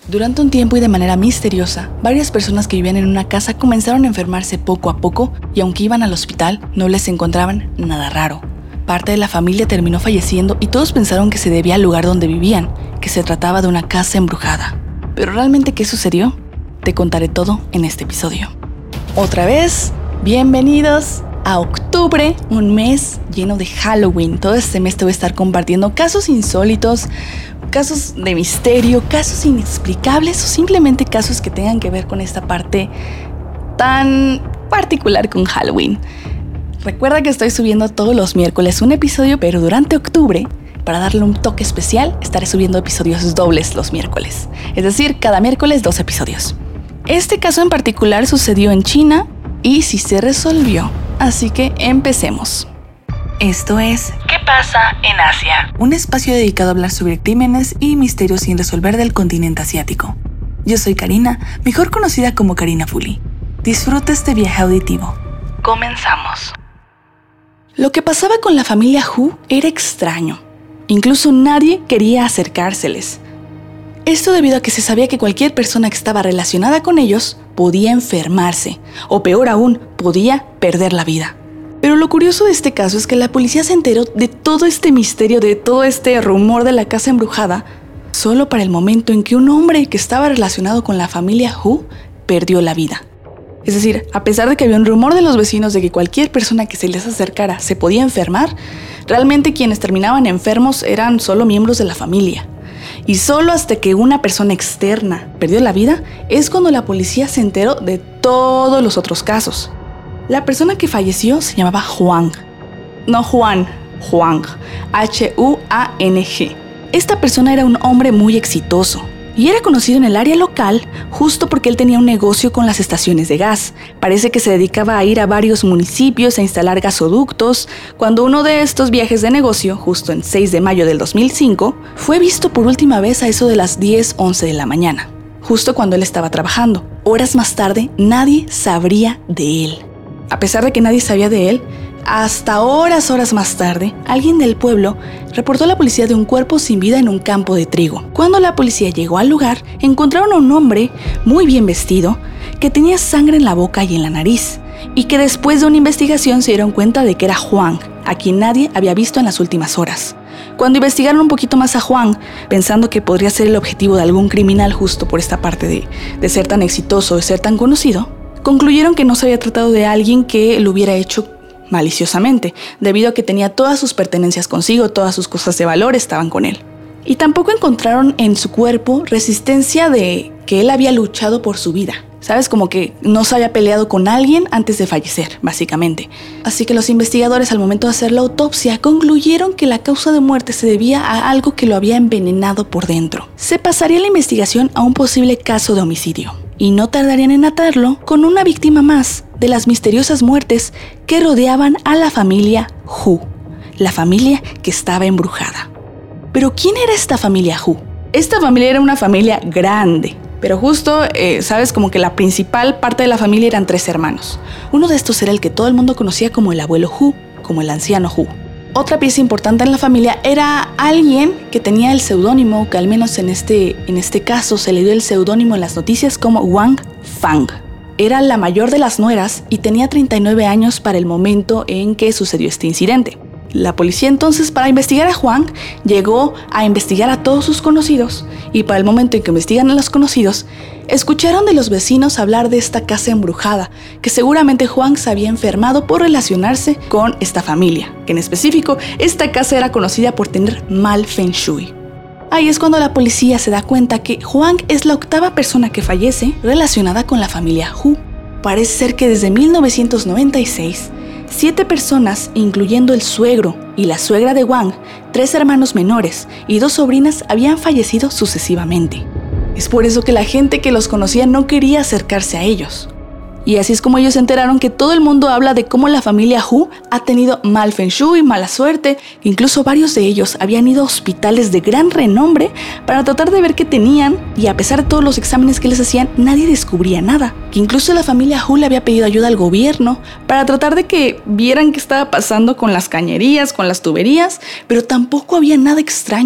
Durante un tiempo y de manera misteriosa, varias personas que vivían en una casa comenzaron a enfermarse poco a poco y aunque iban al hospital, no les encontraban nada raro. Parte de la familia terminó falleciendo y todos pensaron que se debía al lugar donde vivían, que se trataba de una casa embrujada. ¿Pero realmente qué sucedió? Te contaré todo en este episodio. Otra vez, bienvenidos a octubre, un mes lleno de Halloween. Todo este mes te voy a estar compartiendo casos insólitos, casos de misterio, casos inexplicables o simplemente casos que tengan que ver con esta parte tan particular con Halloween. Recuerda que estoy subiendo todos los miércoles un episodio, pero durante octubre, para darle un toque especial, estaré subiendo episodios dobles los miércoles. Es decir, cada miércoles 2 episodios. Este caso en particular sucedió en China y sí se resolvió. Así que empecemos. Esto es ¿Qué pasa en Asia? Un espacio dedicado a hablar sobre crímenes y misterios sin resolver del continente asiático. Yo soy Karina, mejor conocida como Karina Fully. Disfruta este viaje auditivo. Comenzamos. Lo que pasaba con la familia Hu era extraño. Incluso nadie quería acercárseles. Esto debido a que se sabía que cualquier persona que estaba relacionada con ellos podía enfermarse, o peor aún, podía perder la vida. Pero lo curioso de este caso es que la policía se enteró de todo este misterio, de todo este rumor de la casa embrujada, solo para el momento en que un hombre que estaba relacionado con la familia Hu perdió la vida. Es decir, a pesar de que había un rumor de los vecinos de que cualquier persona que se les acercara se podía enfermar, realmente quienes terminaban enfermos eran solo miembros de la familia. Y solo hasta que una persona externa perdió la vida es cuando la policía se enteró de todos los otros casos. La persona que falleció se llamaba Juan. No Juan, Huang. H-U-A-N-G. Esta persona era un hombre muy exitoso y era conocido en el área local justo porque él tenía un negocio con las estaciones de gas. Parece que se dedicaba a ir a varios municipios a instalar gasoductos, cuando uno de estos viajes de negocio, justo en 6 de mayo del 2005, fue visto por última vez a eso de las 10:11 de la mañana, justo cuando él estaba trabajando. Horas más tarde, nadie sabría de él. A pesar de que nadie sabía de él, hasta horas más tarde, alguien del pueblo reportó a la policía de un cuerpo sin vida en un campo de trigo. Cuando la policía llegó al lugar, encontraron a un hombre muy bien vestido que tenía sangre en la boca y en la nariz, y que después de una investigación se dieron cuenta de que era Juan, a quien nadie había visto en las últimas horas. Cuando investigaron un poquito más a Juan, pensando que podría ser el objetivo de algún criminal justo por esta parte de ser tan exitoso, de ser tan conocido, concluyeron que no se había tratado de alguien que lo hubiera hecho maliciosamente, debido a que tenía todas sus pertenencias consigo, todas sus cosas de valor estaban con él. Y tampoco encontraron en su cuerpo resistencia de que él había luchado por su vida. ¿Sabes? Como que no se había peleado con alguien antes de fallecer, básicamente. Así que los investigadores, al momento de hacer la autopsia, concluyeron que la causa de muerte se debía a algo que lo había envenenado por dentro. Se pasaría la investigación a un posible caso de homicidio, y no tardarían en atarlo con una víctima más de las misteriosas muertes que rodeaban a la familia Hu, la familia que estaba embrujada. Pero ¿quién era esta familia Hu? Esta familia era una familia grande, pero justo, sabes, como que la principal parte de la familia eran 3 hermanos. Uno de estos era el que todo el mundo conocía como el abuelo Hu, como el anciano Hu. Otra pieza importante en la familia era alguien que tenía el seudónimo, que al menos en este caso se le dio el seudónimo en las noticias como Wang Fang. Era la mayor de las nueras y tenía 39 años para el momento en que sucedió este incidente. La policía entonces, para investigar a Juan, llegó a investigar a todos sus conocidos, y para el momento en que investigan a los conocidos, escucharon de los vecinos hablar de esta casa embrujada, que seguramente Juan se había enfermado por relacionarse con esta familia, que en específico esta casa era conocida por tener mal feng shui. Ahí es cuando la policía se da cuenta que Juan es la 8ª persona que fallece relacionada con la familia Hu. Parece ser que desde 1996, 7 personas, incluyendo el suegro y la suegra de Wang, 3 hermanos menores y 2 sobrinas habían fallecido sucesivamente. Es por eso que la gente que los conocía no quería acercarse a ellos. Y así es como ellos se enteraron que todo el mundo habla de cómo la familia Hu ha tenido mal feng shui, mala suerte. Incluso varios de ellos habían ido a hospitales de gran renombre para tratar de ver qué tenían, y a pesar de todos los exámenes que les hacían, nadie descubría nada. Que incluso la familia Hu le había pedido ayuda al gobierno para tratar de que vieran qué estaba pasando con las cañerías, con las tuberías, pero tampoco había nada extraño.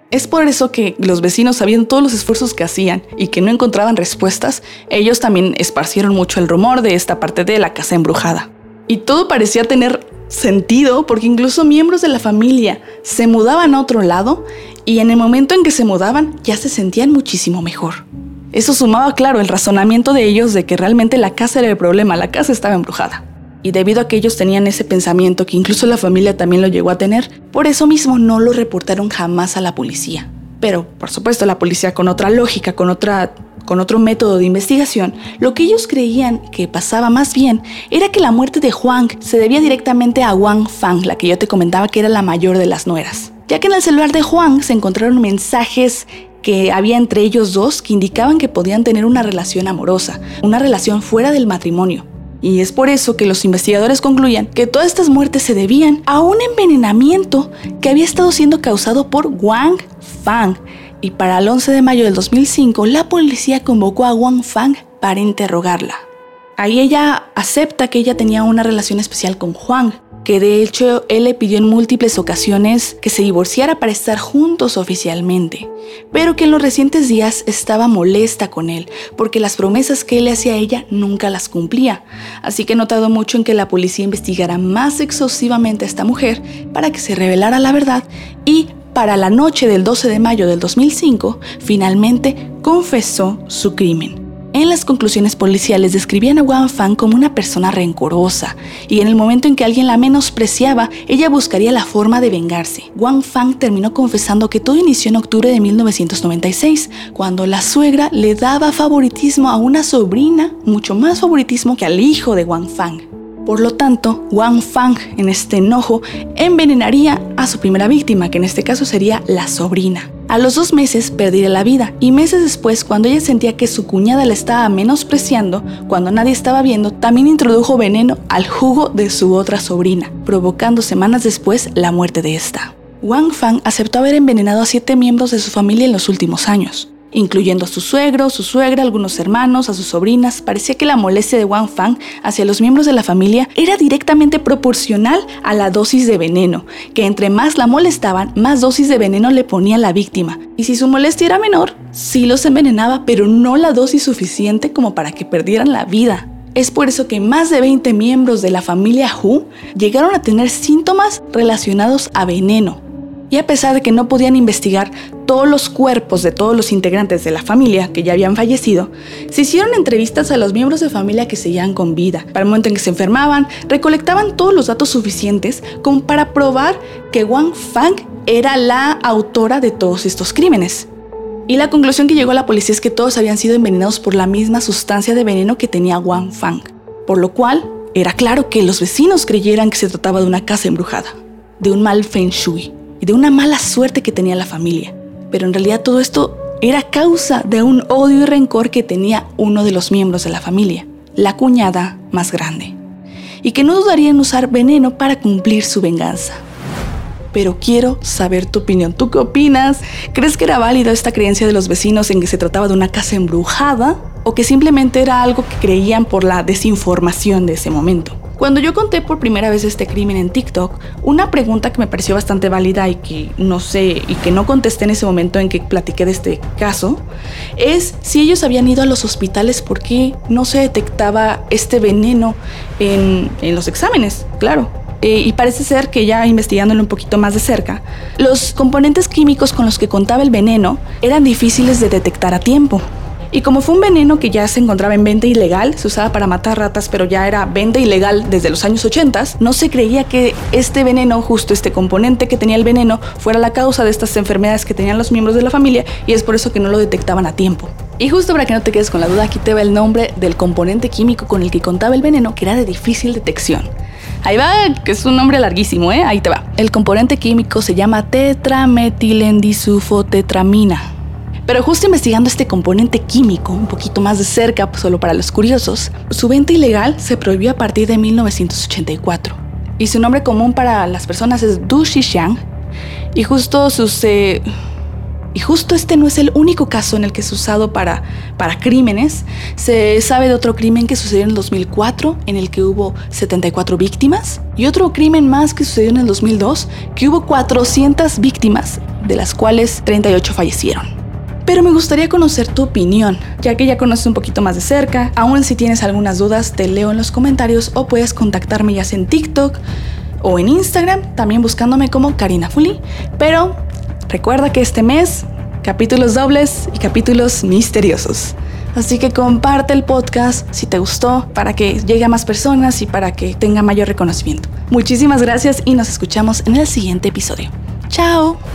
Es por eso que los vecinos, sabiendo todos los esfuerzos que hacían y que no encontraban respuestas, ellos también esparcieron mucho el rumor de esta parte de la casa embrujada. Y todo parecía tener sentido porque incluso miembros de la familia se mudaban a otro lado y en el momento en que se mudaban ya se sentían muchísimo mejor. Eso sumaba, claro, el razonamiento de ellos de que realmente la casa era el problema, la casa estaba embrujada. Y debido a que ellos tenían ese pensamiento, que incluso la familia también lo llegó a tener, por eso mismo no lo reportaron jamás a la policía. Pero, por supuesto, la policía con otra lógica, con otro método de investigación, lo que ellos creían que pasaba más bien era que la muerte de Huang se debía directamente a Wang Fang, la que yo te comentaba que era la mayor de las nueras. Ya que en el celular de Huang se encontraron mensajes que había entre ellos dos que indicaban que podían tener una relación amorosa, una relación fuera del matrimonio. Y es por eso que los investigadores concluían que todas estas muertes se debían a un envenenamiento que había estado siendo causado por Wang Fang. Y para el 11 de mayo del 2005, la policía convocó a Wang Fang para interrogarla. Ahí ella acepta que ella tenía una relación especial con Huang, que de hecho él le pidió en múltiples ocasiones que se divorciara para estar juntos oficialmente, pero que en los recientes días estaba molesta con él porque las promesas que él le hacía a ella nunca las cumplía. Así que no tardó mucho en que la policía investigara más exhaustivamente a esta mujer para que se revelara la verdad y para la noche del 12 de mayo del 2005 finalmente confesó su crimen. En las conclusiones policiales describían a Wang Fang como una persona rencorosa y en el momento en que alguien la menospreciaba, ella buscaría la forma de vengarse. Wang Fang terminó confesando que todo inició en octubre de 1996, cuando la suegra le daba favoritismo a una sobrina, mucho más favoritismo que al hijo de Wang Fang. Por lo tanto, Wang Fang, en este enojo, envenenaría a su primera víctima, que en este caso sería la sobrina. A los 2 meses perdería la vida y meses después, cuando ella sentía que su cuñada la estaba menospreciando, cuando nadie estaba viendo, también introdujo veneno al jugo de su otra sobrina, provocando semanas después la muerte de esta. Wang Fang aceptó haber envenenado a 7 miembros de su familia en los últimos años, incluyendo a su suegro, su suegra, algunos hermanos, a sus sobrinas. Parecía que la molestia de Wang Fang hacia los miembros de la familia era directamente proporcional a la dosis de veneno, que entre más la molestaban, más dosis de veneno le ponía a la víctima. Y si su molestia era menor, sí los envenenaba, pero no la dosis suficiente como para que perdieran la vida. Es por eso que más de 20 miembros de la familia Hu llegaron a tener síntomas relacionados a veneno. Y a pesar de que no podían investigar todos los cuerpos de todos los integrantes de la familia que ya habían fallecido, se hicieron entrevistas a los miembros de familia que seguían con vida. Para el momento en que se enfermaban, recolectaban todos los datos suficientes como para probar que Wang Fang era la autora de todos estos crímenes. Y la conclusión que llegó a la policía es que todos habían sido envenenados por la misma sustancia de veneno que tenía Wang Fang, por lo cual era claro que los vecinos creyeran que se trataba de una casa embrujada, de un mal feng shui y de una mala suerte que tenía la familia. Pero en realidad todo esto era causa de un odio y rencor que tenía uno de los miembros de la familia, la cuñada más grande, y que no dudaría en usar veneno para cumplir su venganza. Pero quiero saber tu opinión. ¿Tú qué opinas? ¿Crees que era válida esta creencia de los vecinos en que se trataba de una casa embrujada? ¿O que simplemente era algo que creían por la desinformación de ese momento? Cuando yo conté por primera vez este crimen en TikTok, una pregunta que me pareció bastante válida y que no contesté en ese momento en que platiqué de este caso, es si ellos habían ido a los hospitales, ¿por qué no se detectaba este veneno en los exámenes? Claro. Y parece ser que ya investigándolo un poquito más de cerca, los componentes químicos con los que contaba el veneno eran difíciles de detectar a tiempo. Y como fue un veneno que ya se encontraba en venta ilegal, se usaba para matar ratas, pero ya era venta ilegal desde los años 80, no se creía que este veneno, justo este componente que tenía el veneno, fuera la causa de estas enfermedades que tenían los miembros de la familia, y es por eso que no lo detectaban a tiempo. Y justo para que no te quedes con la duda, aquí te va el nombre del componente químico con el que contaba el veneno, que era de difícil detección. Ahí va, que es un nombre larguísimo, ahí te va. El componente químico se llama tetrametilendisufotetramina. Pero justo investigando este componente químico un poquito más de cerca, solo para los curiosos, su venta ilegal se prohibió a partir de 1984. Y su nombre común para las personas es Du Xixiang. Y justo este no es el único caso en el que es usado para crímenes. Se sabe de otro crimen que sucedió en el 2004, en el que hubo 74 víctimas. Y otro crimen más que sucedió en el 2002, que hubo 400 víctimas. de las cuales 38 fallecieron. Pero me gustaría conocer tu opinión, ya que ya conoces un poquito más de cerca. Aún si tienes algunas dudas, te leo en los comentarios o puedes contactarme ya sea en TikTok o en Instagram, también buscándome como Karina Fuli. Pero recuerda que este mes, capítulos dobles y capítulos misteriosos. Así que comparte el podcast si te gustó para que llegue a más personas y para que tenga mayor reconocimiento. Muchísimas gracias y nos escuchamos en el siguiente episodio. ¡Chao!